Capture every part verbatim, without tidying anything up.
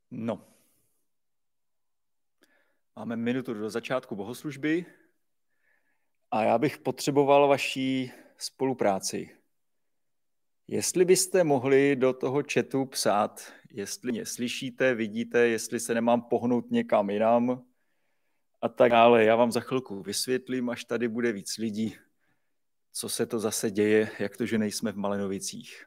No, máme minutu do začátku bohoslužby a já bych potřeboval vaší spolupráci. Jestli byste mohli do toho chatu psát, jestli mě slyšíte, vidíte, jestli se nemám pohnout někam jinam a tak dále. Já vám za chvilku vysvětlím, až tady bude víc lidí, co se to zase děje, jak to, že nejsme v Malenovicích.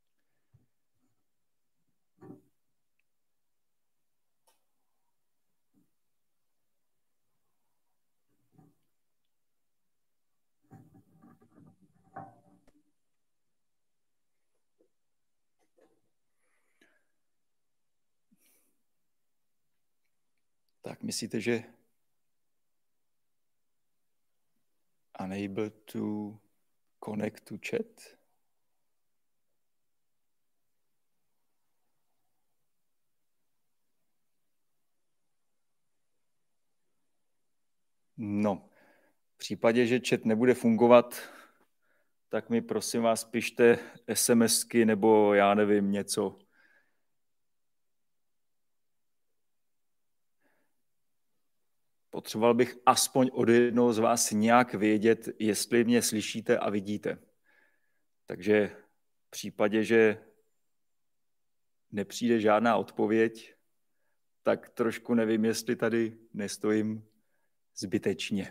Tak myslíte, že unable to connect to chat? No, v případě, že chat nebude fungovat, tak mi prosím vás pište SMSky nebo já nevím něco. Potřeboval bych aspoň od jednoho z vás nějak vědět, jestli mě slyšíte a vidíte. Takže v případě, že nepřijde žádná odpověď, tak trošku nevím, jestli tady nestojím zbytečně.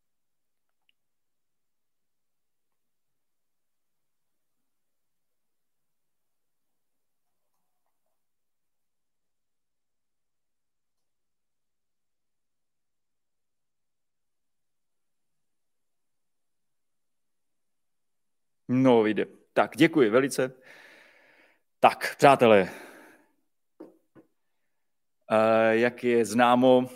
No, vyjde. Tak, děkuji velice. Tak, přátelé, jak je známo,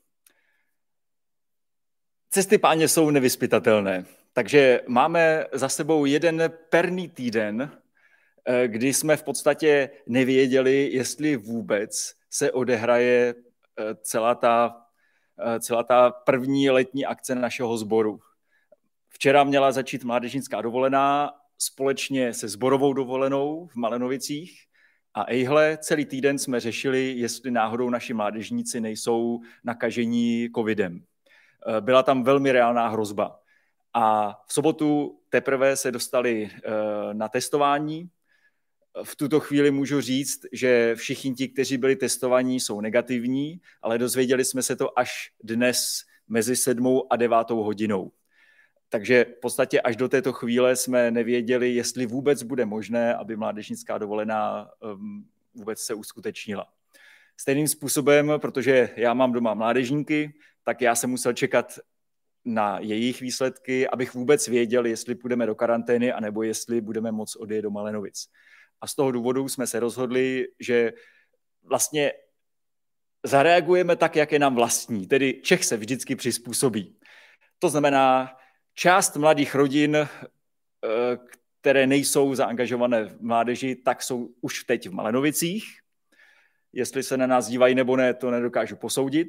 cesty Páně jsou nevyzpytatelné. Takže máme za sebou jeden perný týden, kdy jsme v podstatě nevěděli, jestli vůbec se odehraje celá ta, celá ta první letní akce našeho sboru. Včera měla začít mládežnická dovolená společně se sborovou dovolenou v Malenovicích a ejhle, celý týden jsme řešili, jestli náhodou naši mládežníci nejsou nakažení covidem. Byla tam velmi reálná hrozba. A v sobotu teprve se dostali na testování. V tuto chvíli můžu říct, že všichni ti, kteří byli testovaní, jsou negativní, ale dozvěděli jsme se to až dnes mezi sedmou a devátou hodinou. Takže v podstatě až do této chvíle jsme nevěděli, jestli vůbec bude možné, aby mládežnická dovolená vůbec se uskutečnila. Stejným způsobem, protože já mám doma mládežníky, tak já jsem musel čekat na jejich výsledky, abych vůbec věděl, jestli půjdeme do karantény, anebo jestli budeme moct odjet do Malenovic. A z toho důvodu jsme se rozhodli, že vlastně zareagujeme tak, jak je nám vlastní. Tedy Čech se vždycky přizpůsobí. To znamená, část mladých rodin, které nejsou zaangažované v mládeži, tak jsou už teď v Malenovicích. Jestli se na nás dívají nebo ne, to nedokážu posoudit.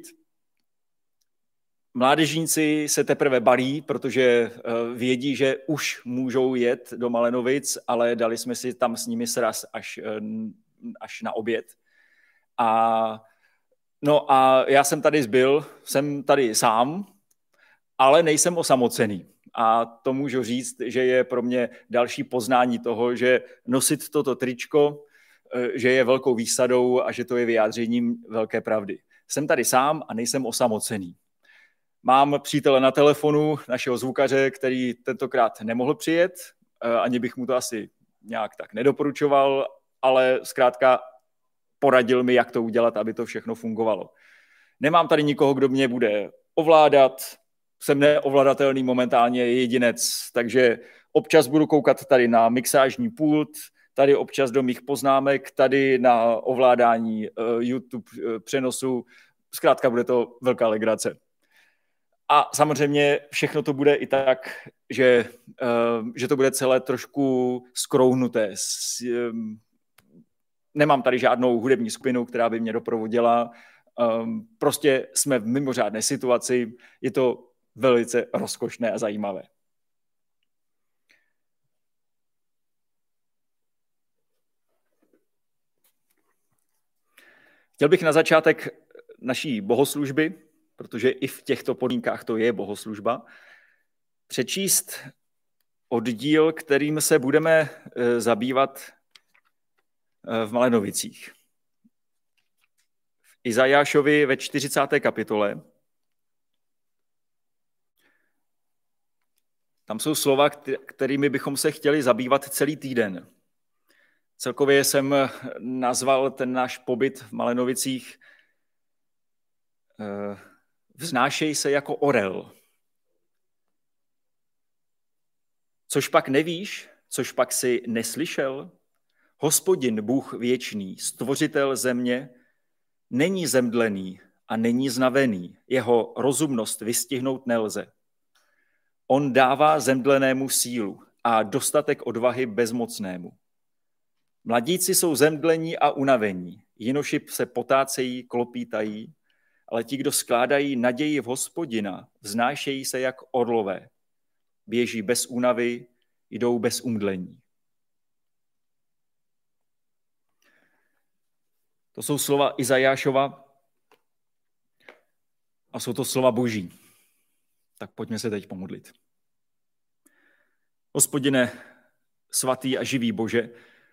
Mládežníci se teprve balí, protože vědí, že už můžou jet do Malenovic, ale dali jsme si tam s nimi sraz až, až na oběd. A, no a já jsem tady zbyl, jsem tady sám, ale nejsem osamocený. A to můžu říct, že je pro mě další poznání toho, že nosit toto tričko, že je velkou výsadou a že to je vyjádřením velké pravdy. Jsem tady sám a nejsem osamocený. Mám přítele na telefonu, našeho zvukaře, který tentokrát nemohl přijet, ani bych mu to asi nějak tak nedoporučoval, ale zkrátka poradil mi, jak to udělat, aby to všechno fungovalo. Nemám tady nikoho, kdo mě bude ovládat, jsem neovladatelný momentálně jedinec, takže občas budu koukat tady na mixážní pult, tady občas do mých poznámek, tady na ovládání YouTube přenosu, zkrátka bude to velká legrace. A samozřejmě všechno to bude i tak, že, že to bude celé trošku skrouhnuté. Nemám tady žádnou hudební skupinu, která by mě doprovodila. Prostě jsme v mimořádné situaci. Je to velice rozkošné a zajímavé. Chtěl bych na začátek naší bohoslužby, protože i v těchto podmínkách to je bohoslužba, přečíst oddíl, kterým se budeme zabývat v Malenovicích. V Izajášovi ve čtyřicáté kapitole. Tam jsou slova, kterými bychom se chtěli zabývat celý týden. Celkově jsem nazval ten náš pobyt v Malenovicích Vznášej se jako orel. Což pak nevíš, což pak si neslyšel? Hospodin, Bůh věčný, stvořitel země, není zemdlený a není znavený. Jeho rozumnost vystihnout nelze. On dává zemdlenému sílu a dostatek odvahy bezmocnému. Mladíci jsou zemdlení a unavení, jinoši se potácejí, klopítají, ale ti, kdo skládají naději v Hospodina, vznášejí se jak orlové. Běží bez únavy, jdou bez umdlení. To jsou slova Izajášova a jsou to slova Boží. Tak pojďme se teď pomodlit. Hospodine, svatý a živý Bože,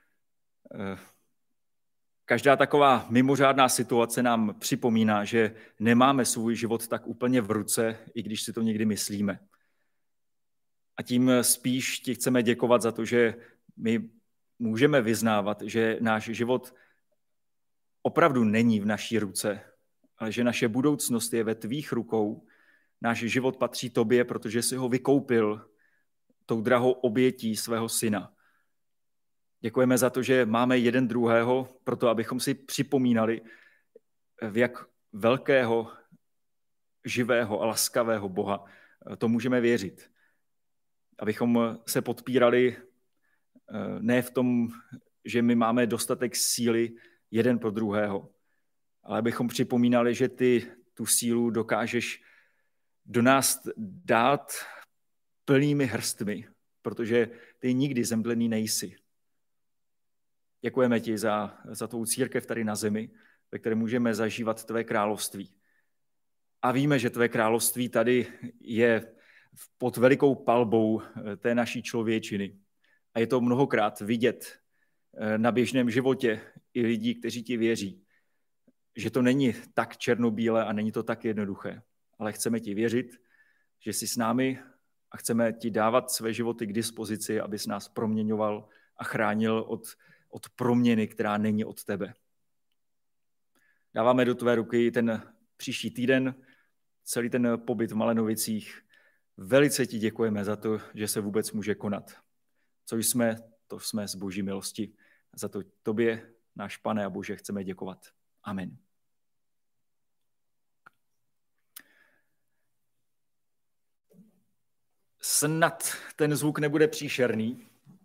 každá taková mimořádná situace nám připomíná, že nemáme svůj život tak úplně v ruce, i když si to někdy myslíme. A tím spíš ti chceme děkovat za to, že my můžeme vyznávat, že náš život opravdu není v naší ruce, ale že naše budoucnost je ve tvých rukou. Náš život patří tobě, protože jsi ho vykoupil tou drahou obětí svého syna. Děkujeme za to, že máme jeden druhého, proto abychom si připomínali, v jak velkého, živého a laskavého Boha to můžeme věřit. Abychom se podpírali ne v tom, že my máme dostatek síly jeden pro druhého, ale abychom připomínali, že ty tu sílu dokážeš do nás dát plnými hrstmi, protože ty nikdy zemdlený nejsi. Děkujeme ti za, za tvou církev tady na zemi, ve které můžeme zažívat tvé království. A víme, že tvé království tady je pod velikou palbou té naší člověčiny. A je to mnohokrát vidět na běžném životě i lidí, kteří ti věří, že to není tak černobílé a není to tak jednoduché. Ale chceme ti věřit, že jsi s námi a chceme ti dávat své životy k dispozici, abys nás proměňoval a chránil od, od proměny, která není od tebe. Dáváme do tvé ruky ten příští týden, celý ten pobyt v Malenovicích. Velice ti děkujeme za to, že se vůbec může konat. Co jsme, to jsme z Boží milosti. Za to tobě, náš Pane a Bože, chceme děkovat. Amen. Snad ten zvuk nebude příšerný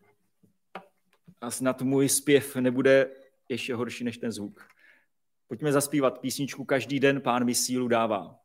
a snad můj zpěv nebude ještě horší než ten zvuk. Pojďme zaspívat písničku Každý den Pán mi sílu dává.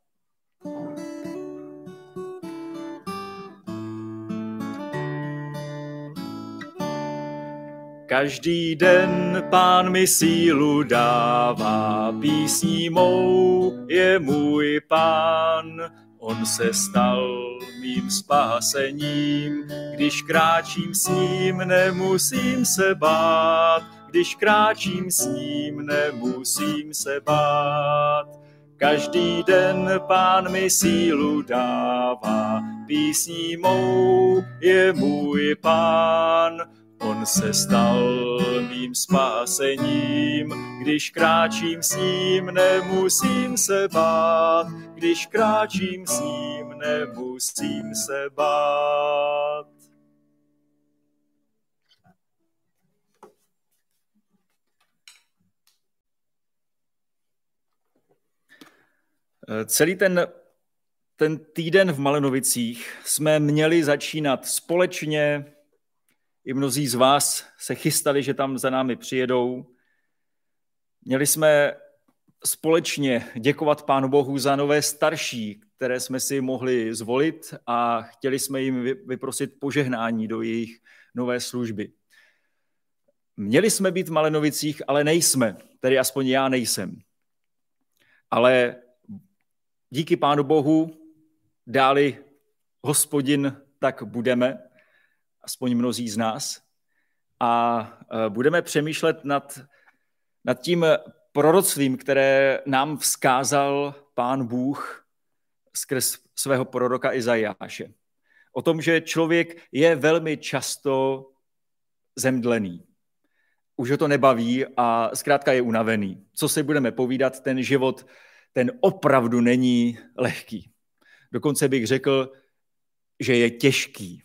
Každý den Pán mi sílu dává, písní mou je můj Pán. On se stal mým spásením, když kráčím s ním, nemusím se bát. Když kráčím s ním, nemusím se bát. Každý den Pán mi sílu dává, písní mou je můj Pán. On se stal mým spásením, když kráčím s ním, nemusím se bát. Když kráčím s ním, nemusím se bát. Celý ten, ten týden v Malenovicích jsme měli začínat společně. I mnozí z vás se chystali, že tam za námi přijedou. Měli jsme společně děkovat Pánu Bohu za nové starší, které jsme si mohli zvolit a chtěli jsme jim vyprosit požehnání do jejich nové služby. Měli jsme být v Malenovicích, ale nejsme, tedy aspoň já nejsem. Ale díky Pánu Bohu, dáli Hospodin, tak budeme, aspoň mnozí z nás. A budeme přemýšlet nad, nad tím proroctvím, které nám vzkázal Pán Bůh skrz svého proroka Izajáše. O tom, že člověk je velmi často zemdlený. Už ho to nebaví a zkrátka je unavený. Co si budeme povídat, ten život, ten opravdu není lehký. Dokonce bych řekl, že je těžký.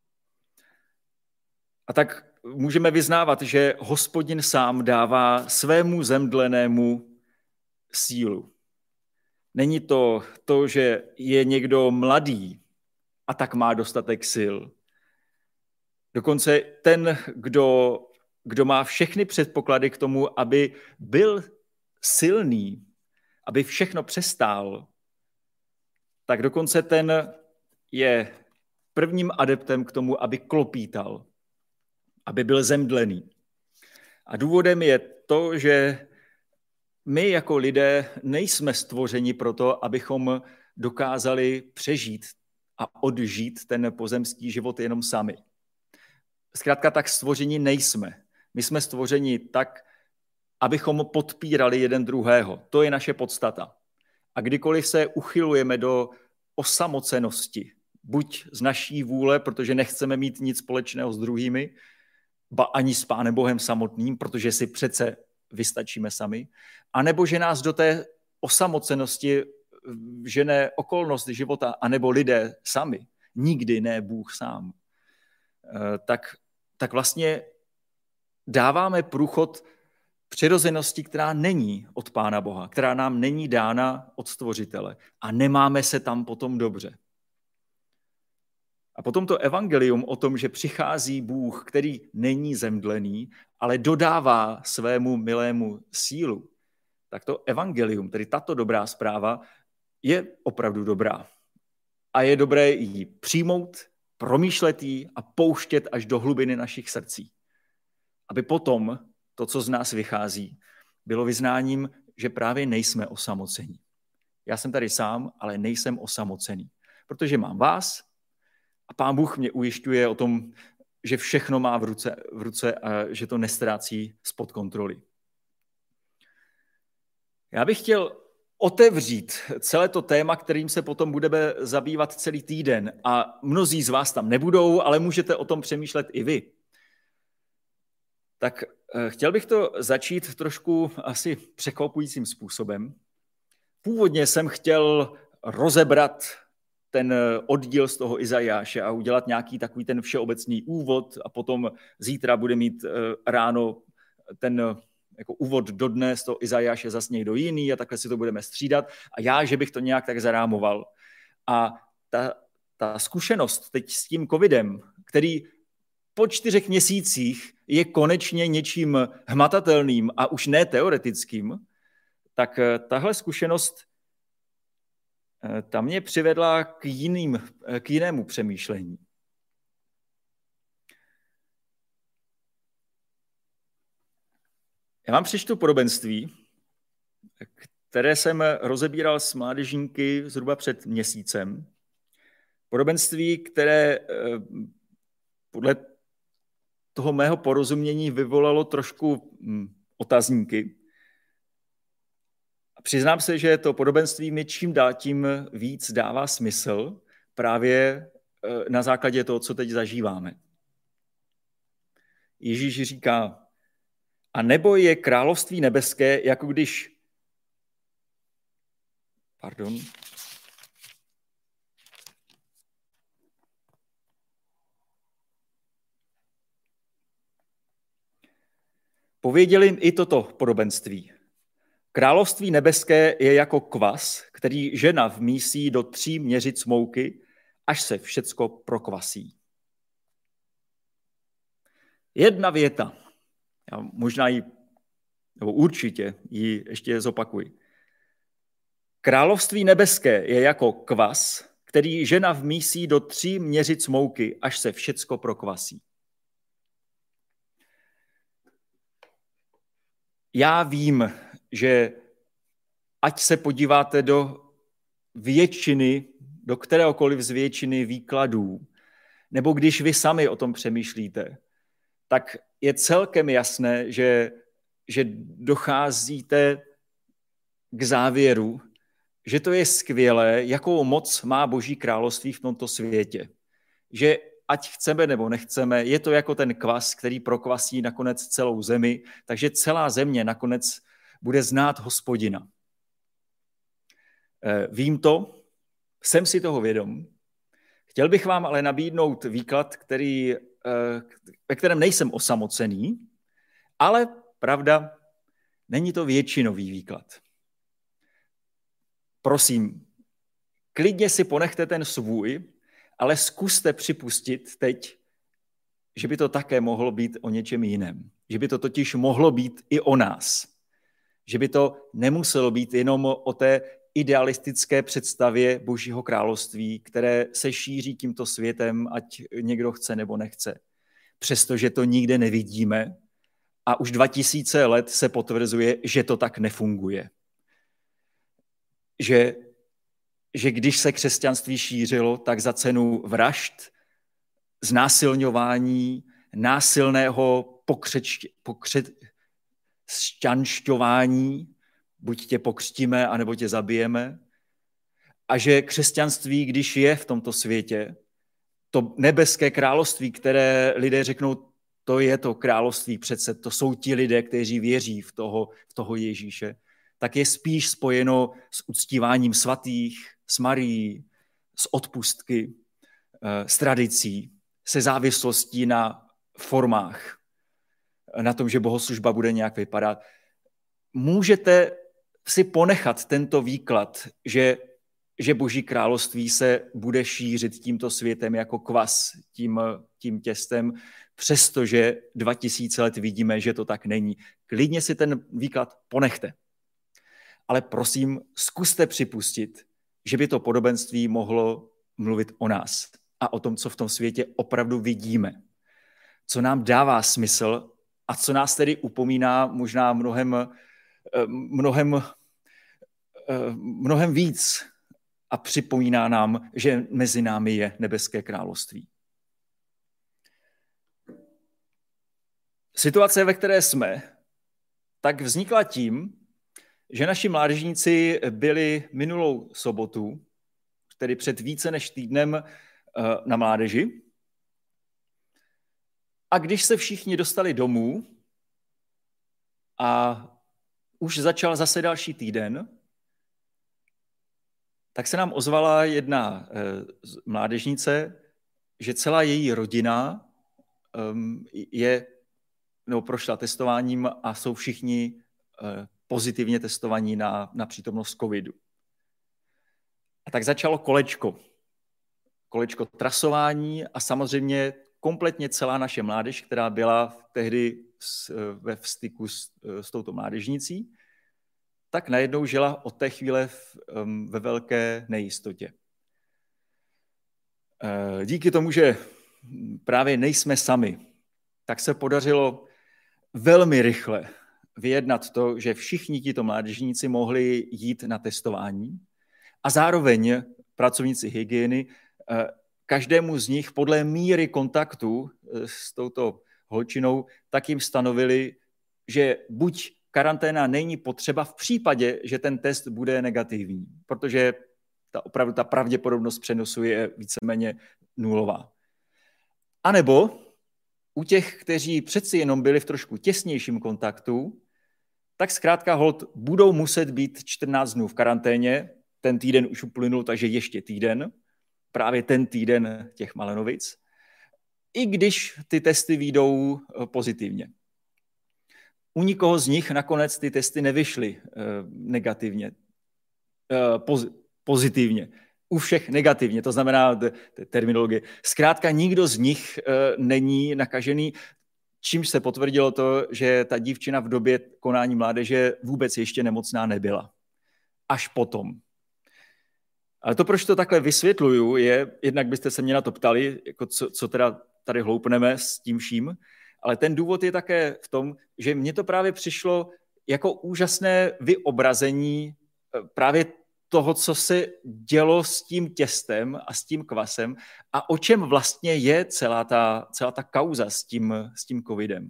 A tak můžeme vyznávat, že Hospodin sám dává svému zemdlenému sílu. Není to to, že je někdo mladý a tak má dostatek sil. Dokonce ten, kdo, kdo má všechny předpoklady k tomu, aby byl silný, aby všechno přestál, tak dokonce ten je prvním adeptem k tomu, aby klopítal, aby byl zemdlený. A důvodem je to, že my jako lidé nejsme stvořeni proto, abychom dokázali přežít a odžít ten pozemský život jenom sami. Zkrátka tak stvoření nejsme. My jsme stvořeni tak, abychom podpírali jeden druhého. To je naše podstata. A kdykoliv se uchylujeme do osamocenosti, buď z naší vůle, protože nechceme mít nic společného s druhými, ba ani s Pánem Bohem samotným, protože si přece vystačíme sami, anebo že nás do té osamocenosti žene okolnost života, anebo lidé sami, nikdy ne Bůh sám, tak, tak vlastně dáváme průchod přirozenosti, která není od Pána Boha, která nám není dána od Stvořitele a nemáme se tam potom dobře. A potom to evangelium o tom, že přichází Bůh, který není zemdlený, ale dodává svému milému sílu, tak to evangelium, tedy tato dobrá zpráva, je opravdu dobrá. A je dobré ji přijmout, promýšlet ji a pouštět až do hlubiny našich srdcí. Aby potom to, co z nás vychází, bylo vyznáním, že právě nejsme osamocení. Já jsem tady sám, ale nejsem osamocený, protože mám vás a Pán Bůh mě ujišťuje o tom, že všechno má v ruce, v ruce a že to nestrácí spod kontroly. Já bych chtěl otevřít celé to téma, kterým se potom budeme zabývat celý týden. A mnozí z vás tam nebudou, ale můžete o tom přemýšlet i vy. Tak chtěl bych to začít trošku asi překvapujícím způsobem. Původně jsem chtěl rozebrat ten oddíl z toho Izajáše a udělat nějaký takový ten všeobecný úvod a potom zítra bude mít ráno ten jako úvod do dne z toho Izajáše zas někdo jiný a takhle si to budeme střídat a já, že bych to nějak tak zarámoval. A ta, ta zkušenost teď s tím covidem, který po čtyřech měsících je konečně něčím hmatatelným a už ne teoretickým, tak tahle zkušenost ta mě přivedla k, jiným, k jinému přemýšlení. Já vám přečtu podobenství, které jsem rozebíral s mládežníky zhruba před měsícem. Podobenství, které podle toho mého porozumění vyvolalo trošku otazníky. A přiznám se, že to podobenství mi čím dál tím víc dává smysl právě na základě toho, co teď zažíváme. Ježíš říká, a nebo je království nebeské, jako když... Pardon. Pověděl jim i toto podobenství. Království nebeské je jako kvas, který žena vmísí do tří měřic mouky, až se všecko prokvasí. Jedna věta. Já možná ji, nebo určitě ji ještě zopakuji. Království nebeské je jako kvas, který žena vmísí do tří měřic mouky, až se všecko prokvasí. Já vím, že ať se podíváte do většiny, do kteréhokoliv z většiny výkladů, nebo když vy sami o tom přemýšlíte, tak je celkem jasné, že, že docházíte k závěru, že to je skvělé, jakou moc má Boží království v tomto světě. Že ať chceme nebo nechceme, je to jako ten kvas, který prokvasí nakonec celou zemi, takže celá země nakonec bude znát Hospodina. Vím to, jsem si toho vědom. Chtěl bych vám ale nabídnout výklad, který, ve kterém nejsem osamocený, ale pravda, není to většinový výklad. Prosím, klidně si ponechte ten svůj, ale zkuste připustit teď, že by to také mohlo být o něčem jiném. Že by to totiž mohlo být i o nás. Že by to nemuselo být jenom o té idealistické představě Božího království, které se šíří tímto světem, ať někdo chce nebo nechce. Přestože to nikde nevidíme a už dva tisíce let se potvrzuje, že to tak nefunguje. Že, že když se křesťanství šířilo, tak za cenu vražd, znásilňování, násilného pokřeč, pokřesťanšťování, buď tě pokřtíme, anebo tě zabijeme. A že křesťanství, když je v tomto světě, to nebeské království, které lidé řeknou, to je to království přece, to jsou ti lidé, kteří věří v toho, v toho Ježíše, tak je spíš spojeno s uctíváním svatých, s Marií, s odpustky, s tradicí, se závislostí na formách, na tom, že bohoslužba bude nějak vypadat. Můžete si ponechat tento výklad, že, že Boží království se bude šířit tímto světem jako kvas, tím, tím těstem, přestože dva tisíce let vidíme, že to tak není. Klidně si ten výklad ponechte. Ale prosím, zkuste připustit, že by to podobenství mohlo mluvit o nás a o tom, co v tom světě opravdu vidíme. Co nám dává smysl a co nás tedy upomíná možná mnohem, mnohem, mnohem víc a připomíná nám, že mezi námi je nebeské království. Situace, ve které jsme, tak vznikla tím, že naši mládežníci byli minulou sobotu, tedy před více než týdnem, na mládeži. A když se všichni dostali domů a už začal zase další týden, tak se nám ozvala jedna mládežnice, že celá její rodina je, no, prošla testováním a jsou všichni pozitivně testovaní na, na přítomnost covidu. A tak začalo kolečko. Kolečko trasování a samozřejmě kompletně celá naše mládež, která byla tehdy ve styku s, s touto mládežnicí, tak najednou žila od té chvíle v, ve velké nejistotě. Díky tomu, že právě nejsme sami, tak se podařilo velmi rychle vyjednat to, že všichni tito mládežníci mohli jít na testování a zároveň pracovníci hygieny každému z nich podle míry kontaktu s touto holčinou tak jim stanovili, že buď karanténa není potřeba v případě, že ten test bude negativní, protože ta, opravdu ta pravděpodobnost přenosu je víceméně nulová. A nebo u těch, kteří přeci jenom byli v trošku těsnějším kontaktu, tak zkrátka holt budou muset být čtrnáct dnů v karanténě, ten týden už uplynul, takže ještě týden, právě ten týden těch Malenovic, i když ty testy vyjdou pozitivně. U nikoho z nich nakonec ty testy nevyšly negativně, pozitivně. U všech negativně, to znamená terminologie. Zkrátka nikdo z nich není nakažený, čímž se potvrdilo to, že ta dívčina v době konání mládeže vůbec ještě nemocná nebyla. Až potom. Ale to, proč to takhle vysvětluju, je, jednak byste se mě na to ptali, jako co, co teda tady hloupneme s tím vším, ale ten důvod je také v tom, že mně to právě přišlo jako úžasné vyobrazení právě toho, co se dělo s tím těstem a s tím kvasem a o čem vlastně je celá ta, celá ta kauza s tím, s tím covidem.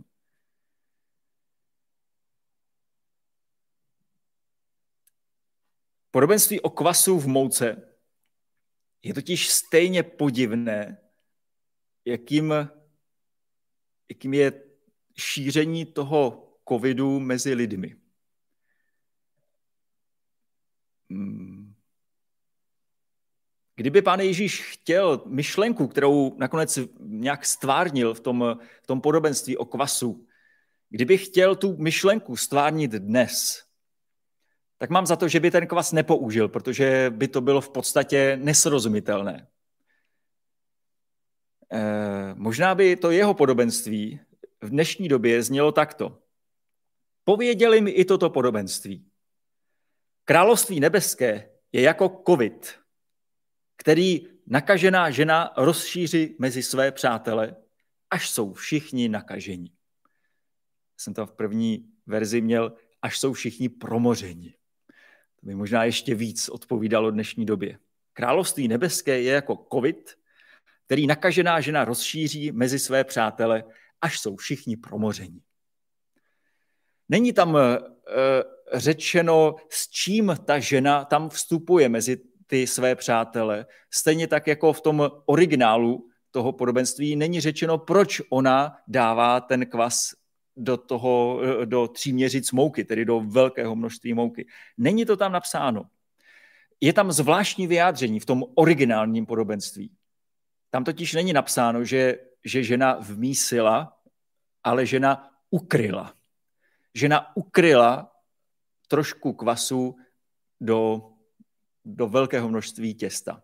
Podobenství o kvasu v mouce je totiž stejně podivné, jakým, jakým je šíření toho covidu mezi lidmi. Kdyby Pán Ježíš chtěl myšlenku, kterou nakonec nějak stvárnil v tom, v tom podobenství o kvasu, kdyby chtěl tu myšlenku stvárnit dnes, tak mám za to, že by ten kvas nepoužil, protože by to bylo v podstatě nesrozumitelné. E, možná by to jeho podobenství v dnešní době znělo takto. Pověděli mi i toto podobenství. Království nebeské je jako covid, který nakažená žena rozšíří mezi své přátele, až jsou všichni nakaženi. Jsem tam v první verzi měl, až jsou všichni promořeni. To by možná ještě víc odpovídalo dnešní době. Království nebeské je jako covid, který nakažená žena rozšíří mezi své přátele, až jsou všichni promořeni. Není tam e, řečeno, s čím ta žena tam vstupuje mezi ty své přátele. Stejně tak jako v tom originálu toho podobenství není řečeno, proč ona dává ten kvas do toho, do tří měřic mouky, tedy do velkého množství mouky. Není to tam napsáno. Je tam zvláštní vyjádření v tom originálním podobenství. Tam totiž není napsáno, že, že žena vmísila, ale žena ukryla. Žena ukryla trošku kvasu do, do velkého množství těsta.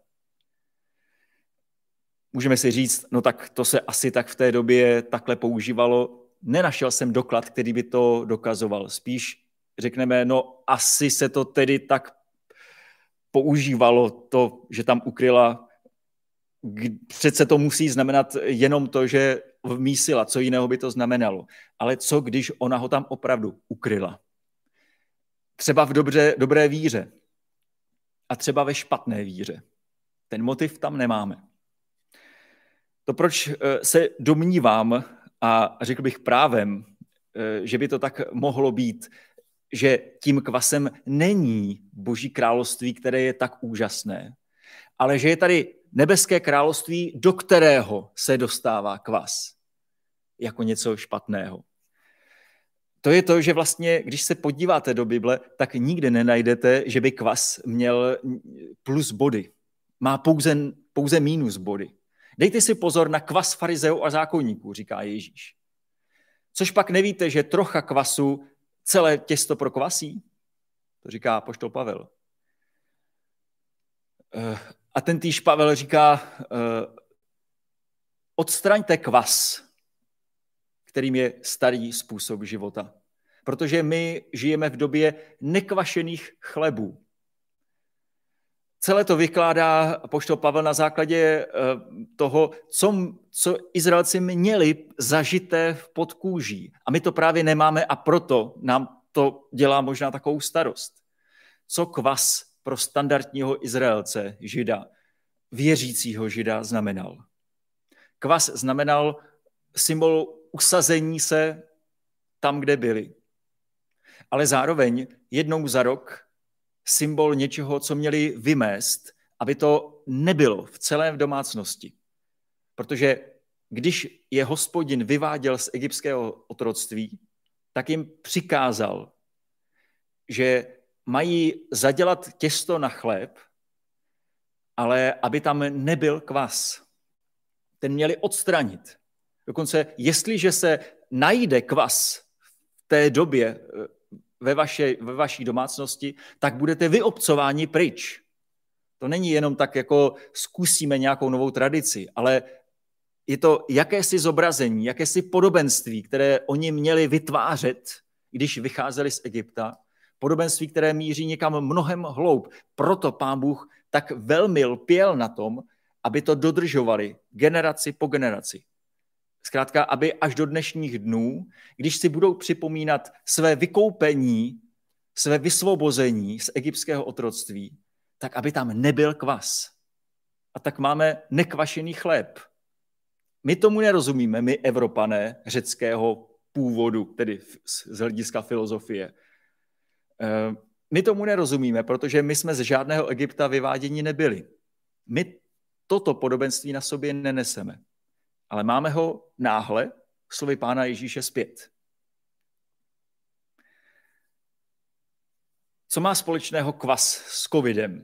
Můžeme si říct, no tak to se asi tak v té době takhle používalo. Nenašel jsem doklad, který by to dokazoval. Spíš řekneme, no asi se to tedy tak používalo, to, že tam ukryla. Přece to musí znamenat jenom to, že vmísila, co jiného by to znamenalo. Ale co, když ona ho tam opravdu ukryla? Třeba v dobře, dobré víře a třeba ve špatné víře. Ten motiv tam nemáme. To, proč se domnívám, a řekl bych právem, že by to tak mohlo být, že tím kvasem není Boží království, které je tak úžasné, ale že je tady nebeské království, do kterého se dostává kvas jako něco špatného. To je to, že vlastně, když se podíváte do Bible, tak nikde nenajdete, že by kvas měl plus body. Má pouze, pouze mínus body. Dejte si pozor na kvas farizeů a zákonníků, říká Ježíš. Což pak nevíte, že trocha kvasu celé těsto prokvasí? To říká apoštol Pavel. A ten týž Pavel říká, odstraňte kvas, kterým je starý způsob života. Protože my žijeme v době nekvašených chlebů. Celé to vykládá apoštol Pavel na základě toho, co, co Izraelci měli zažité v podkůží. A my to právě nemáme a proto nám to dělá možná takovou starost. Co kvas pro standardního Izraelce, Žida, věřícího Žida znamenal? Kvas znamenal symbol usazení se tam, kde byli. Ale zároveň jednou za rok symbol něčeho, co měli vymést, aby to nebylo v celé domácnosti. Protože když je Hospodin vyváděl z egyptského otroctví, tak jim přikázal, že mají zadělat těsto na chléb, ale aby tam nebyl kvas. Ten měli odstranit. Dokonce, jestliže se najde kvas v té době ve, vaše, ve vaší domácnosti, tak budete vyobcováni pryč. To není jenom tak, jako zkusíme nějakou novou tradici, ale je to jakési zobrazení, jakési podobenství, které oni měli vytvářet, když vycházeli z Egypta. Podobenství, které míří někam mnohem hloub. Proto Pán Bůh tak velmi lpěl na tom, aby to dodržovali generaci po generaci. Zkrátka, aby až do dnešních dnů, když si budou připomínat své vykoupení své vysvobození z egyptského otroctví, tak aby tam nebyl kvas. A tak máme nekvašený chléb. My tomu nerozumíme, my Evropané řeckého původu, tedy z hlediska filozofie. My tomu nerozumíme, protože my jsme z žádného Egypta vyváděni nebyli. My toto podobenství na sobě neneseme, ale máme ho náhle slovy Pána Ježíše zpět. Co má společného kvas s covidem?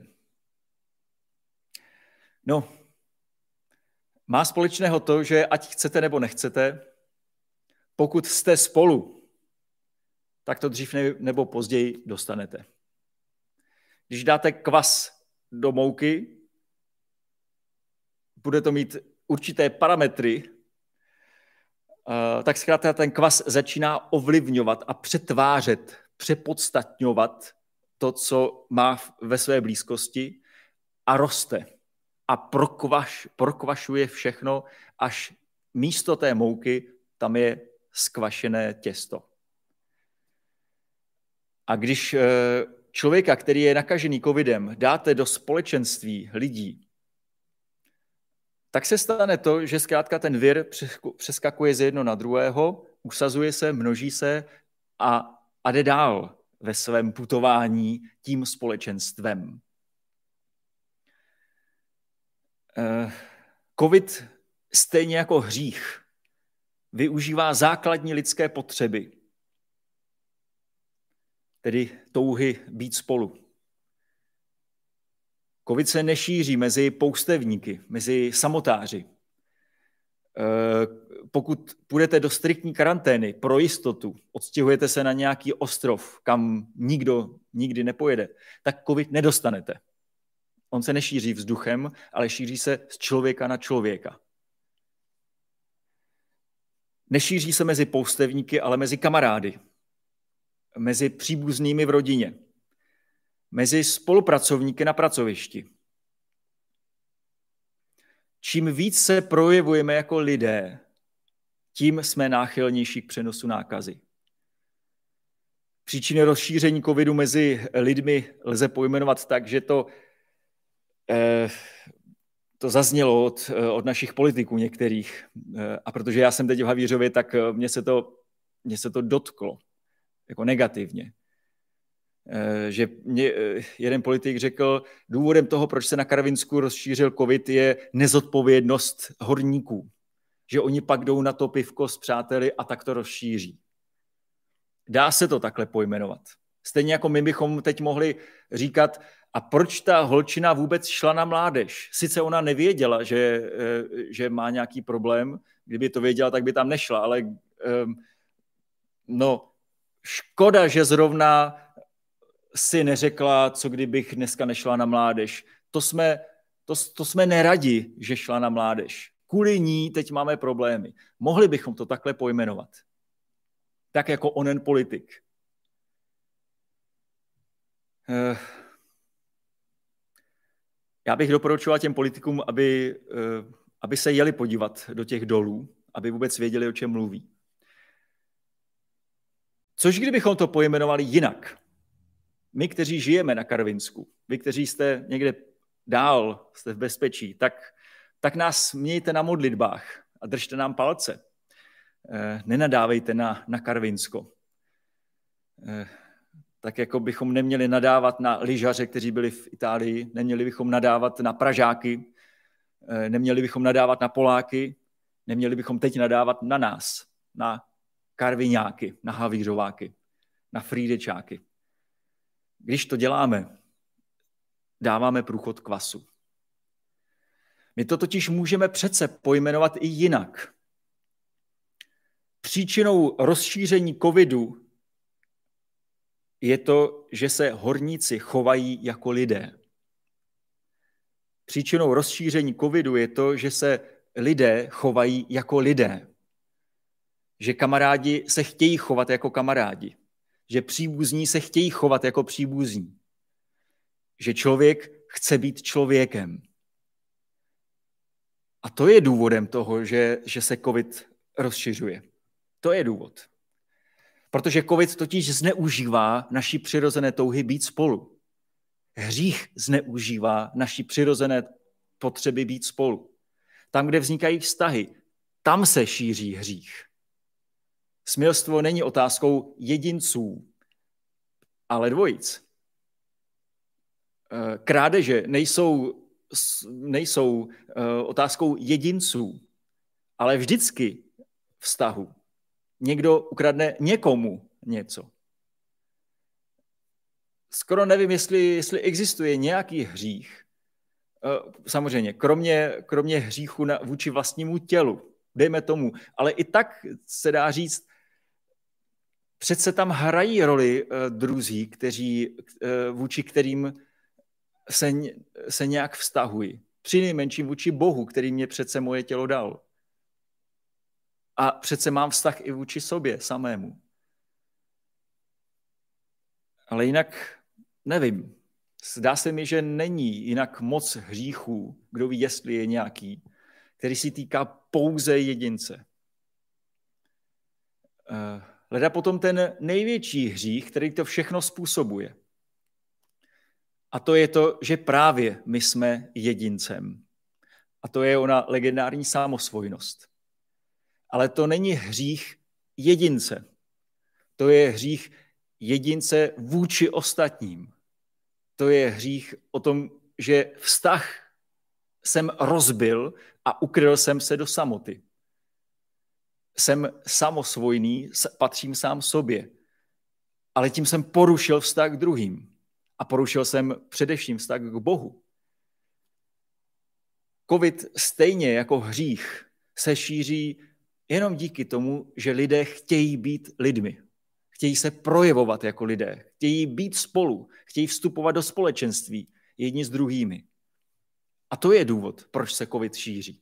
No, má společného to, že ať chcete nebo nechcete, pokud jste spolu, tak to dřív nebo později dostanete. Když dáte kvas do mouky, bude to mít určité parametry, tak zkrátka ten kvas začíná ovlivňovat a přetvářet, přepodstatňovat to, co má ve své blízkosti a roste. A prokvaš, prokvašuje všechno, až místo té mouky tam je skvašené těsto. A když člověka, který je nakažený covidem, dáte do společenství lidí, tak se stane to, že zkrátka ten vir přeskakuje z jedno na druhého, usazuje se, množí se a, a jde dál ve svém putování tím společenstvem. Covid stejně jako hřích využívá základní lidské potřeby, tedy touhy být spolu. Covid se nešíří mezi poustevníky, mezi samotáři. Pokud půjdete do striktní karantény pro jistotu, odstěhujete se na nějaký ostrov, kam nikdo nikdy nepojede, tak covid nedostanete. On se nešíří vzduchem, ale šíří se z člověka na člověka. Nešíří se mezi poustevníky, ale mezi kamarády, mezi příbuznými v rodině, mezi spolupracovníky na pracovišti. Čím víc se projevujeme jako lidé, tím jsme náchylnější k přenosu nákazy. Příčiny rozšíření covidu mezi lidmi lze pojmenovat tak, že to, eh, to zaznělo od, od našich politiků některých. A protože já jsem teď v Havířově, tak mě se to, mě se to dotklo jako negativně. Že mě jeden politik řekl, důvodem toho, proč se na Karvinsku rozšířil covid, je nezodpovědnost horníků. Že oni pak jdou na to pivko s přáteli a tak to rozšíří. Dá se to takhle pojmenovat. Stejně jako my bychom teď mohli říkat, a proč ta holčina vůbec šla na mládež? Sice ona nevěděla, že, že má nějaký problém, kdyby to věděla, tak by tam nešla, ale no, škoda, že zrovna si neřekla, co kdybych dneska nešla na mládež. To jsme, to, to jsme neradi, že šla na mládež. Kvůli ní teď máme problémy. Mohli bychom to takhle pojmenovat. Tak jako onen politik. Já bych doporučoval těm politikům, aby, aby se jeli podívat do těch dolů, aby vůbec věděli, o čem mluví. Což kdybychom to pojmenovali jinak? My, kteří žijeme na Karvinsku, vy, kteří jste někde dál, jste v bezpečí, tak, tak nás mějte na modlitbách a držte nám palce. Nenadávejte na, na Karvinsko. Tak jako bychom neměli nadávat na lyžaře, kteří byli v Itálii, neměli bychom nadávat na Pražáky, neměli bychom nadávat na Poláky, neměli bychom teď nadávat na nás, na Karviňáky, na Havířováky, na Frýdečáky. Když to děláme, dáváme průchod kvasu. My to totiž můžeme přece pojmenovat i jinak. Příčinou rozšíření covidu je to, že se horníci chovají jako lidé. Příčinou rozšíření covidu je to, že se lidé chovají jako lidé. Že kamarádi se chtějí chovat jako kamarádi. Že příbuzní se chtějí chovat jako příbuzní. Že člověk chce být člověkem. A to je důvodem toho, že, že se covid rozšiřuje. To je důvod. Protože covid totiž zneužívá naší přirozené touhy být spolu. Hřích zneužívá naší přirozené potřeby být spolu. Tam, kde vznikají vztahy, tam se šíří hřích. Smilstvo není otázkou jedinců, ale dvojic. Krádeže nejsou, nejsou otázkou jedinců, ale vždycky vztahu. Někdo ukradne někomu něco. Skoro nevím, jestli, jestli existuje nějaký hřích, samozřejmě, kromě, kromě hříchu na, vůči vlastnímu tělu, dejme tomu, ale i tak se dá říct, přece tam hrají roli druzí, kteří, vůči kterým se, se nějak vztahují. Přinejmenším vůči Bohu, který mě přece moje tělo dal. A přece mám vztah i vůči sobě samému. Ale jinak nevím. Zdá se mi, že není jinak moc hříchů, kdo ví, jestli je nějaký, který si týká pouze jedince. Leda potom ten největší hřích, který to všechno způsobuje. A to je to, že právě my jsme jedincem. A to je ona legendární samosvojnost. Ale to není hřích jedince. To je hřích jedince vůči ostatním. To je hřích o tom, že vztah jsem rozbil a ukryl jsem se do samoty. Jsem samosvojný, patřím sám sobě. Ale tím jsem porušil vztah k druhým. A porušil jsem především vztah k Bohu. Covid stejně jako hřích se šíří jenom díky tomu, že lidé chtějí být lidmi. Chtějí se projevovat jako lidé. Chtějí být spolu. Chtějí vstupovat do společenství jedni s druhými. A to je důvod, proč se covid šíří.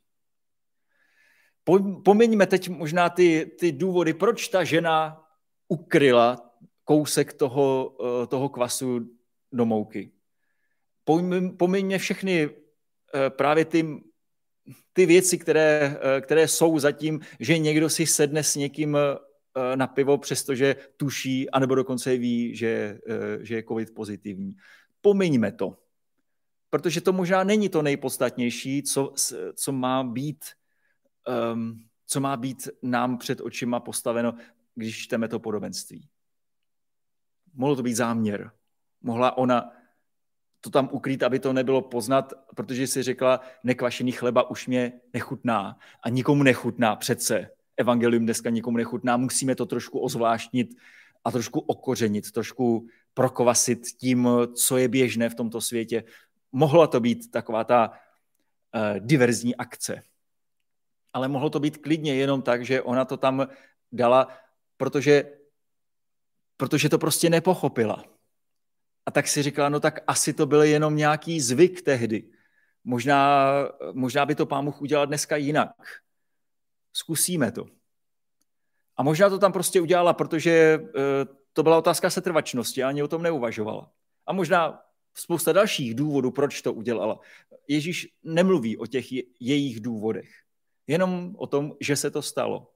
Pomeňme teď možná ty, ty důvody, proč ta žena ukryla kousek toho, toho kvasu do mouky. Pomeňme všechny právě ty, ty věci, které, které jsou zatím, že někdo si sedne s někým na pivo, přestože tuší, anebo dokonce ví, že, že je covid pozitivní. Pomeňme to. Protože to možná není to nejpodstatnější, co, co má být, um, co má být nám před očima postaveno, když čteme to podobenství. Mohlo to být záměr. Mohla ona to tam ukrýt, aby to nebylo poznat, protože si řekla, nekvašený chleba už mě nechutná a nikomu nechutná přece. Evangelium dneska nikomu nechutná, musíme to trošku ozvláštnit a trošku okořenit, trošku prokvasit tím, co je běžné v tomto světě. Mohla to být taková ta uh, diverzní akce. Ale mohlo to být klidně jenom tak, že ona to tam dala, protože, protože to prostě nepochopila. A tak si říkala, no tak asi to byl jenom nějaký zvyk tehdy. Možná, možná by to Pán Bůh udělal dneska jinak. Zkusíme to. A možná to tam prostě udělala, protože uh, to byla otázka setrvačnosti a ani o tom neuvažovala. A možná spousta dalších důvodů, proč to udělala. Ježíš nemluví o těch jejich důvodech. Jenom o tom, že se to stalo.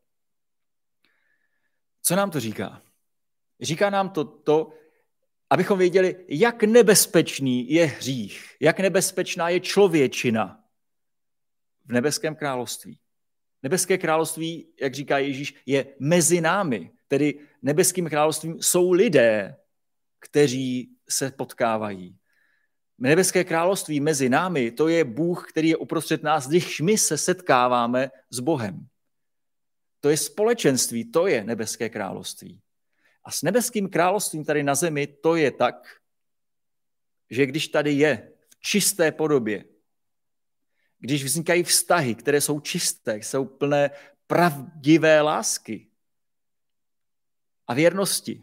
Co nám to říká? Říká nám to to, abychom věděli, jak nebezpečný je hřích, jak nebezpečná je člověčina v nebeském království. Nebeské království, jak říká Ježíš, je mezi námi. Tedy nebeským královstvím jsou lidé, kteří se potkávají. Nebeské království mezi námi, to je Bůh, který je uprostřed nás, když my se setkáváme s Bohem. To je společenství, to je nebeské království. A s nebeským královstvím tady na zemi to je tak, že když tady je v čisté podobě, když vznikají vztahy, které jsou čisté, jsou plné pravdivé lásky a věrnosti,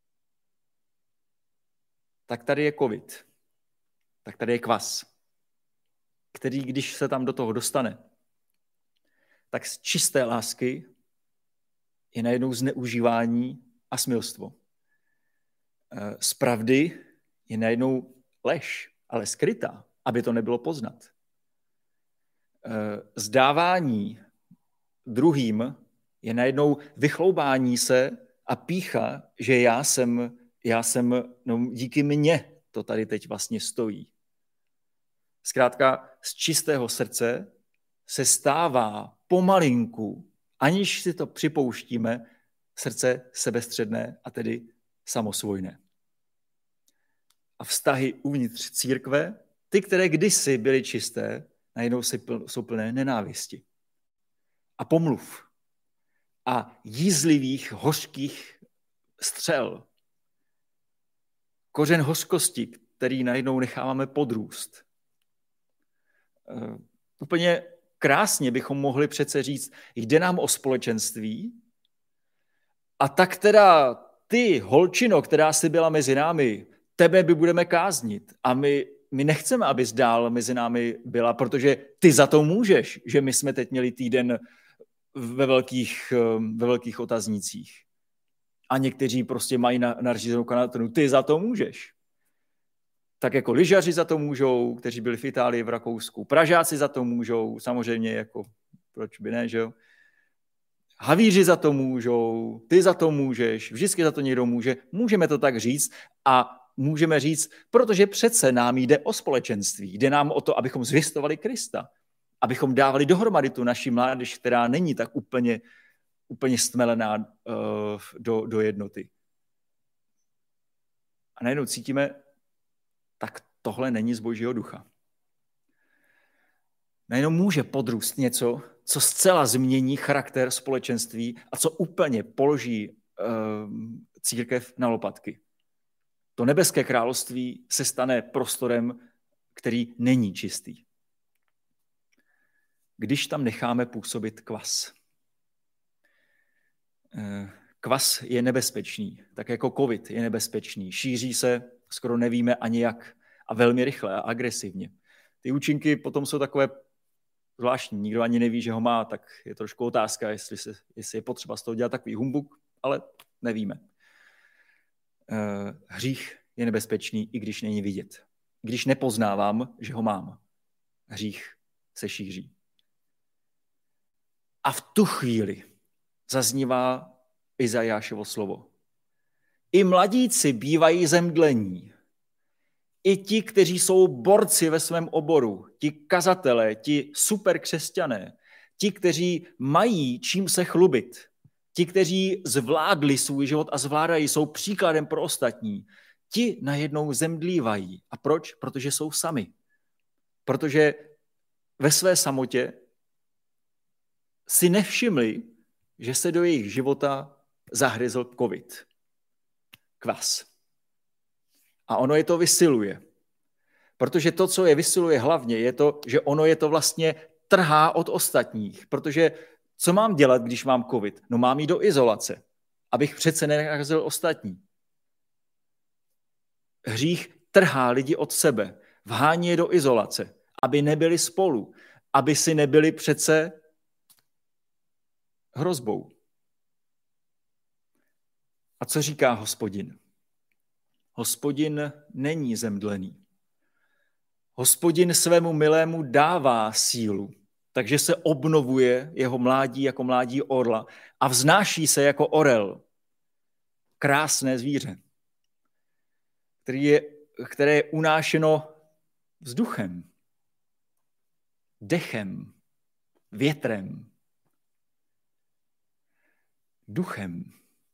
tak tady je covid. Tak tady je kvas, který, když se tam do toho dostane, tak z čisté lásky je najednou zneužívání a smilstvo. Z pravdy je najednou lež, ale skrytá, aby to nebylo poznat. Zdávání druhým je najednou vychloubání se A pýcha, že já jsem, já jsem, no díky mně to tady teď vlastně stojí. Zkrátka z čistého srdce se stává pomalinku, aniž si to připouštíme, srdce sebestředné a tedy samosvojné. A vztahy uvnitř církve, ty, které kdysi byly čisté, najednou jsou plné nenávisti a pomluv a jízlivých, hořkých střel. Kořen hořkosti, který najednou necháváme podrůst. Uh, úplně krásně bychom mohli přece říct, jde nám o společenství a tak teda ty, holčino, která jsi byla mezi námi, tebe by budeme káznit a my, my nechceme, abys dál mezi námi byla, protože ty za to můžeš, že my jsme teď měli týden ve velkých, ve velkých otaznících. A někteří prostě mají nařízenou karanténu, ty za to můžeš. Tak jako lyžaři za to můžou, kteří byli v Itálii, v Rakousku, Pražáci za to můžou, samozřejmě jako, proč by ne, že jo? Havíři za to můžou, ty za to můžeš, vždycky za to někdo může. Můžeme to tak říct a můžeme říct, protože přece nám jde o společenství, jde nám o to, abychom zvěstovali Krista, abychom dávali dohromady tu naši mládež, která není tak úplně, úplně stmelená uh, do, do jednoty. A najednou cítíme, tak tohle není z Božího ducha. Najednou může podrůst něco, co zcela změní charakter společenství a co úplně položí uh, církev na lopatky. To nebeské království se stane prostorem, který není čistý. Když tam necháme působit kvas. Kvas je nebezpečný, tak jako covid je nebezpečný. Šíří se, skoro nevíme ani jak, a velmi rychle a agresivně. Ty účinky potom jsou takové zvláštní, nikdo ani neví, že ho má, tak je trošku otázka, jestli, se, jestli je potřeba z toho dělat takový humbuk, ale nevíme. Hřích je nebezpečný, i když není vidět. Když nepoznávám, že ho mám. Hřích se šíří. A v tu chvíli zaznívá Izajášovo slovo. I mladíci bývají zemdlení. I ti, kteří jsou borci ve svém oboru, ti kazatelé, ti superkřesťané, ti, kteří mají čím se chlubit, ti, kteří zvládli svůj život a zvládají, jsou příkladem pro ostatní, ti najednou zemdlívají. A proč? Protože jsou sami. Protože ve své samotě si nevšimli, že se do jejich života zahryzl covid. Kvas. A ono je to vysiluje. Protože to, co je vysiluje hlavně, je to, že ono je to vlastně trhá od ostatních. Protože co mám dělat, když mám covid? No mám jít do izolace, abych přece nenakazil ostatní. Hřích trhá lidi od sebe, vhání je do izolace, aby nebyli spolu, aby si nebyli přece hrozbou. A co říká Hospodin? Hospodin není zemdlený. Hospodin svému milému dává sílu, takže se obnovuje jeho mládí jako mládí orla a vznáší se jako orel. Krásné zvíře, který je, které je unášeno vzduchem, dechem, větrem, duchem.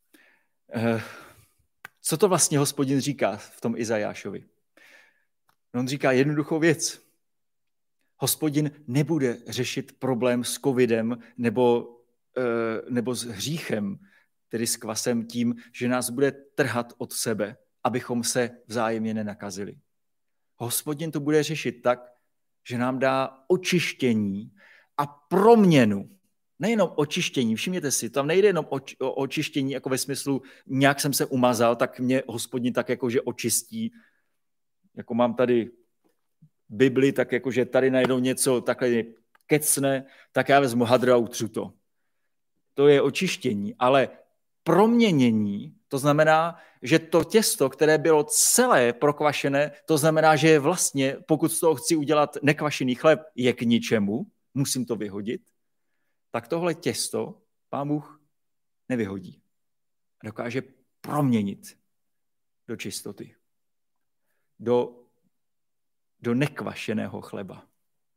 Co to vlastně Hospodin říká v tom Izajášovi? On říká jednoduchou věc. Hospodin nebude řešit problém s covidem nebo, nebo s hříchem, tedy s kvasem tím, že nás bude trhat od sebe, abychom se vzájemně nenakazili. Hospodin to bude řešit tak, že nám dá očištění a proměnu. Nejenom očištění, všimněte si, tam nejde jenom o, o očištění jako ve smyslu, nějak jsem se umazal, tak mě Hospodin tak jakože očistí. Jako mám tady Bibli, tak jakože tady najednou něco takhle kecne, tak já vezmu hadru a utřu to. To je očištění, ale proměnění, to znamená, že to těsto, které bylo celé prokvašené, to znamená, že je vlastně, pokud z toho chci udělat nekvašený chléb, je k ničemu, musím to vyhodit, tak tohle těsto Pán Bůh nevyhodí. Dokáže proměnit do čistoty. Do, do nekvašeného chleba.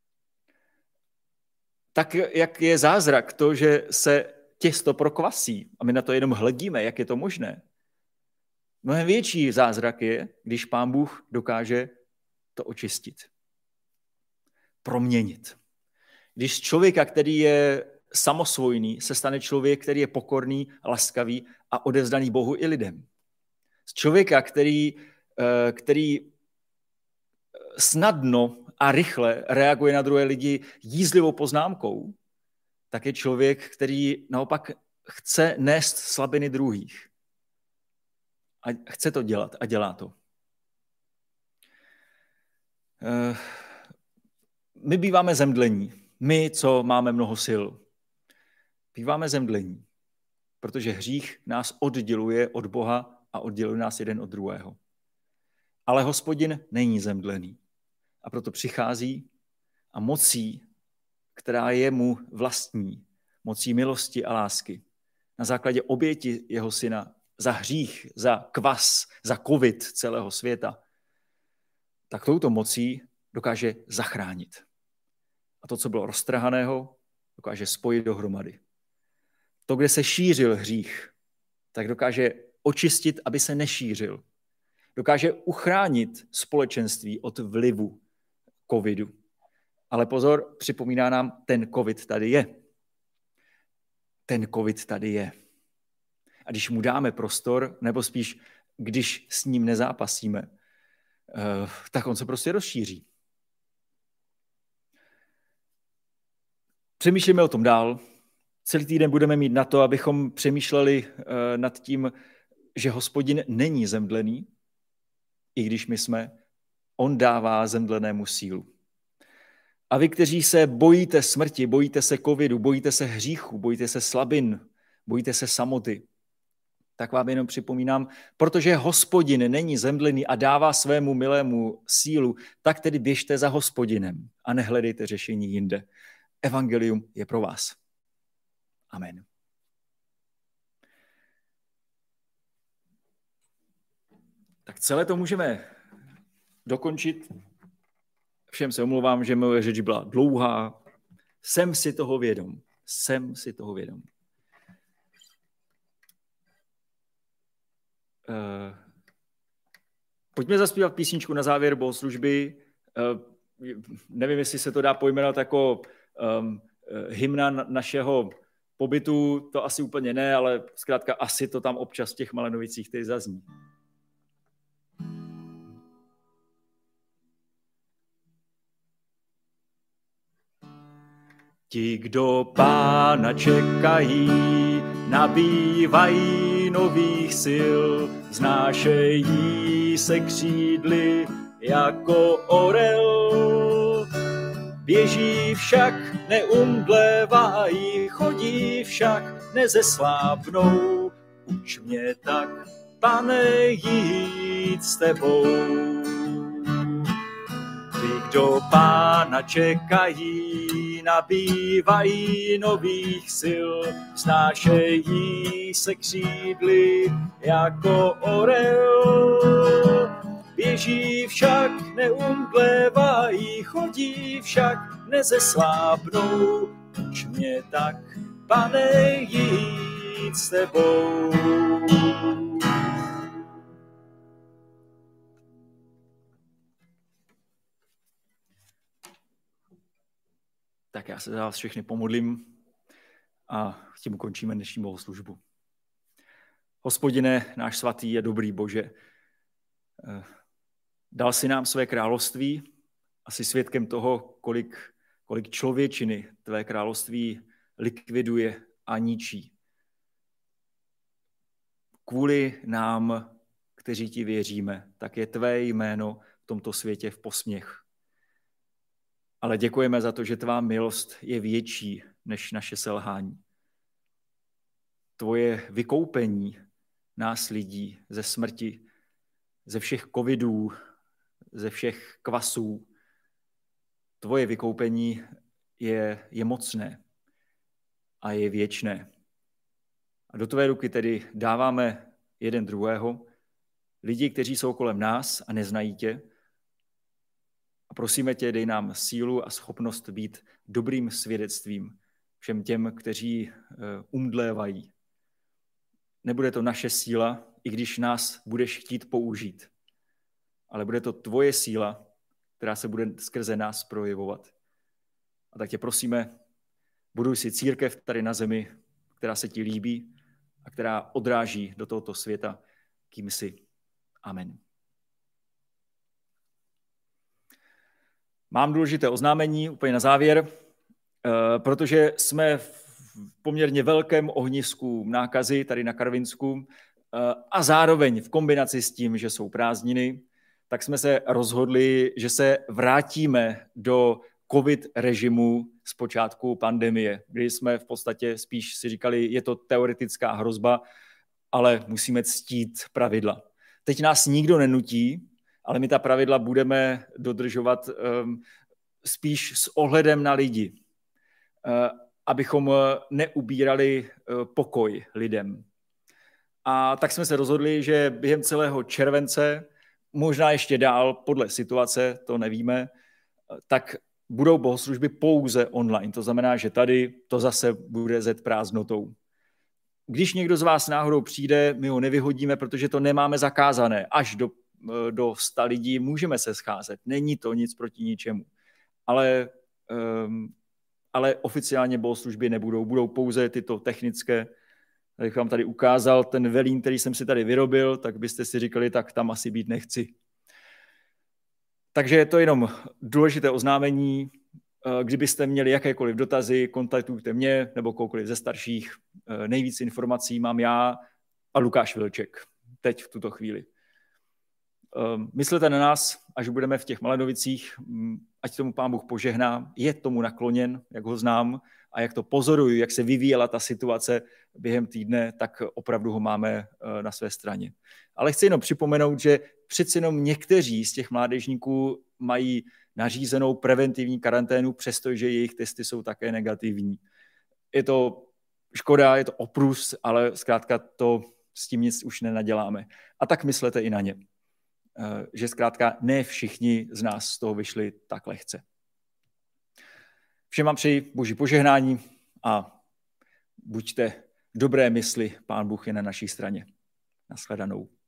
Tak, jak je zázrak to, že se těsto prokvasí a my na to jenom hledíme, jak je to možné. Mnohem větší zázrak je, když Pán Bůh dokáže to očistit. Proměnit. Když z člověka, který je samosvojný, se stane člověk, který je pokorný, laskavý a odevzdaný Bohu i lidem. Z člověka, který, který snadno a rychle reaguje na druhé lidi jízlivou poznámkou, tak je člověk, který naopak chce nést slabiny druhých. A chce to dělat a dělá to. My býváme zemdlení. My, co máme mnoho sil. Býváme zemdlení, protože hřích nás odděluje od Boha a odděluje nás jeden od druhého. Ale Hospodin není zemdlený. A proto přichází a mocí, která je mu vlastní, mocí milosti a lásky, na základě oběti jeho syna za hřích, za kvas, za covid celého světa, tak touto mocí dokáže zachránit. A to, co bylo roztrhaného, dokáže spojit dohromady. To, kde se šířil hřích, tak dokáže očistit, aby se nešířil. Dokáže uchránit společenství od vlivu covidu. Ale pozor, připomíná nám, ten covid tady je. Ten covid tady je. A když mu dáme prostor, nebo spíš, když s ním nezápasíme, tak on se prostě rozšíří. Přemýšlíme o tom dál. Celý týden budeme mít na to, abychom přemýšleli nad tím, že Hospodin není zemdlený, i když my jsme, on dává zemdlenému sílu. A vy, kteří se bojíte smrti, bojíte se covidu, bojíte se hříchu, bojíte se slabin, bojíte se samoty, tak vám jenom připomínám, protože Hospodin není zemdlený a dává svému milému sílu, tak tedy běžte za Hospodinem a nehledejte řešení jinde. Evangelium je pro vás. Amen. Tak celé to můžeme dokončit. Všem se omlouvám, že moje řeč byla dlouhá. Jsem si toho vědom. Jsem si toho vědom. Uh, pojďme zaspívat písničku na závěr bohoslužby. Uh, nevím, jestli se to dá pojmenovat jako um, hymna našeho pobytu, to asi úplně ne, ale zkrátka asi to tam občas v těch Malenovicích teď zazní. Ti, kdo Pána čekají, nabývají nových sil, vznášejí se křídly jako orel. Běží však neumdlévají, chodí však nezeslábnou. Uč mě tak, Pane, jít s tebou. Ty, kdo Pána čekají, nabývají nových sil, vznášejí se křídly jako orel. Běží však neumdlévají, chodí však nezeslábnou. Uč mě tak, Pane, jít s tebou. Tak já se za vás všechny pomodlím a tím ukončíme dnešní bohoslužbu. Hospodine, náš svatý a dobrý Bože, dal si nám své království a jsi svědkem toho, kolik, kolik člověčiny tvé království likviduje a ničí. Kvůli nám, kteří ti věříme, tak je tvé jméno v tomto světě v posměch. Ale děkujeme za to, že tvá milost je větší než naše selhání. Tvoje vykoupení nás lidí ze smrti, ze všech covidů, ze všech kvasů, tvoje vykoupení je, je mocné a je věčné. A do tvé ruky tedy dáváme jeden druhého, lidi, kteří jsou kolem nás a neznají tě. A prosíme tě, dej nám sílu a schopnost být dobrým svědectvím všem těm, kteří umdlévají. Nebude to naše síla, i když nás budeš chtít použít, ale bude to tvoje síla, která se bude skrze nás projevovat. A tak tě prosíme, buduj si církev tady na zemi, která se ti líbí a která odráží do tohoto světa, kým jsi. Amen. Mám důležité oznámení úplně na závěr, protože jsme v poměrně velkém ohnisku nákazy tady na Karvinsku a zároveň v kombinaci s tím, že jsou prázdniny, tak jsme se rozhodli, že se vrátíme do covid režimu z počátku pandemie, kdy jsme v podstatě spíš si říkali, je to teoretická hrozba, ale musíme ctít pravidla. Teď nás nikdo nenutí, ale my ta pravidla budeme dodržovat um, spíš s ohledem na lidi, uh, abychom neubírali uh, pokoj lidem. A tak jsme se rozhodli, že během celého července, možná ještě dál podle situace, to nevíme, tak budou bohoslužby pouze online. To znamená, že tady to zase bude zet prázdnotou. Když někdo z vás náhodou přijde, my ho nevyhodíme, protože to nemáme zakázané. Až do, do sta lidí můžeme se scházet. Není to nic proti ničemu. Ale, um, ale oficiálně bohoslužby nebudou. Budou pouze tyto technické. Když vám tady ukázal ten velín, který jsem si tady vyrobil, tak byste si říkali, tak tam asi být nechci. Takže je to jenom důležité oznámení. Kdybyste měli jakékoliv dotazy, kontaktujte mě nebo koukoliv ze starších. Nejvíc informací mám já a Lukáš Vilček. Teď v tuto chvíli. Myslete na nás, až budeme v těch Malenovicích, ať tomu Pán Bůh požehná. Je tomu nakloněn, jak ho znám, a jak to pozoruju, jak se vyvíjela ta situace během týdne, tak opravdu ho máme na své straně. Ale chci jenom připomenout, že přeci jenom někteří z těch mládežníků mají nařízenou preventivní karanténu, přestože jejich testy jsou také negativní. Je to škoda, je to oprus, ale zkrátka to s tím nic už nenaděláme. A tak myslete i na ně, že zkrátka ne všichni z nás z toho vyšli tak lehce. Všem vám přeji Boží požehnání a buďte dobré mysli, Pán Bůh je na naší straně. Nashledanou.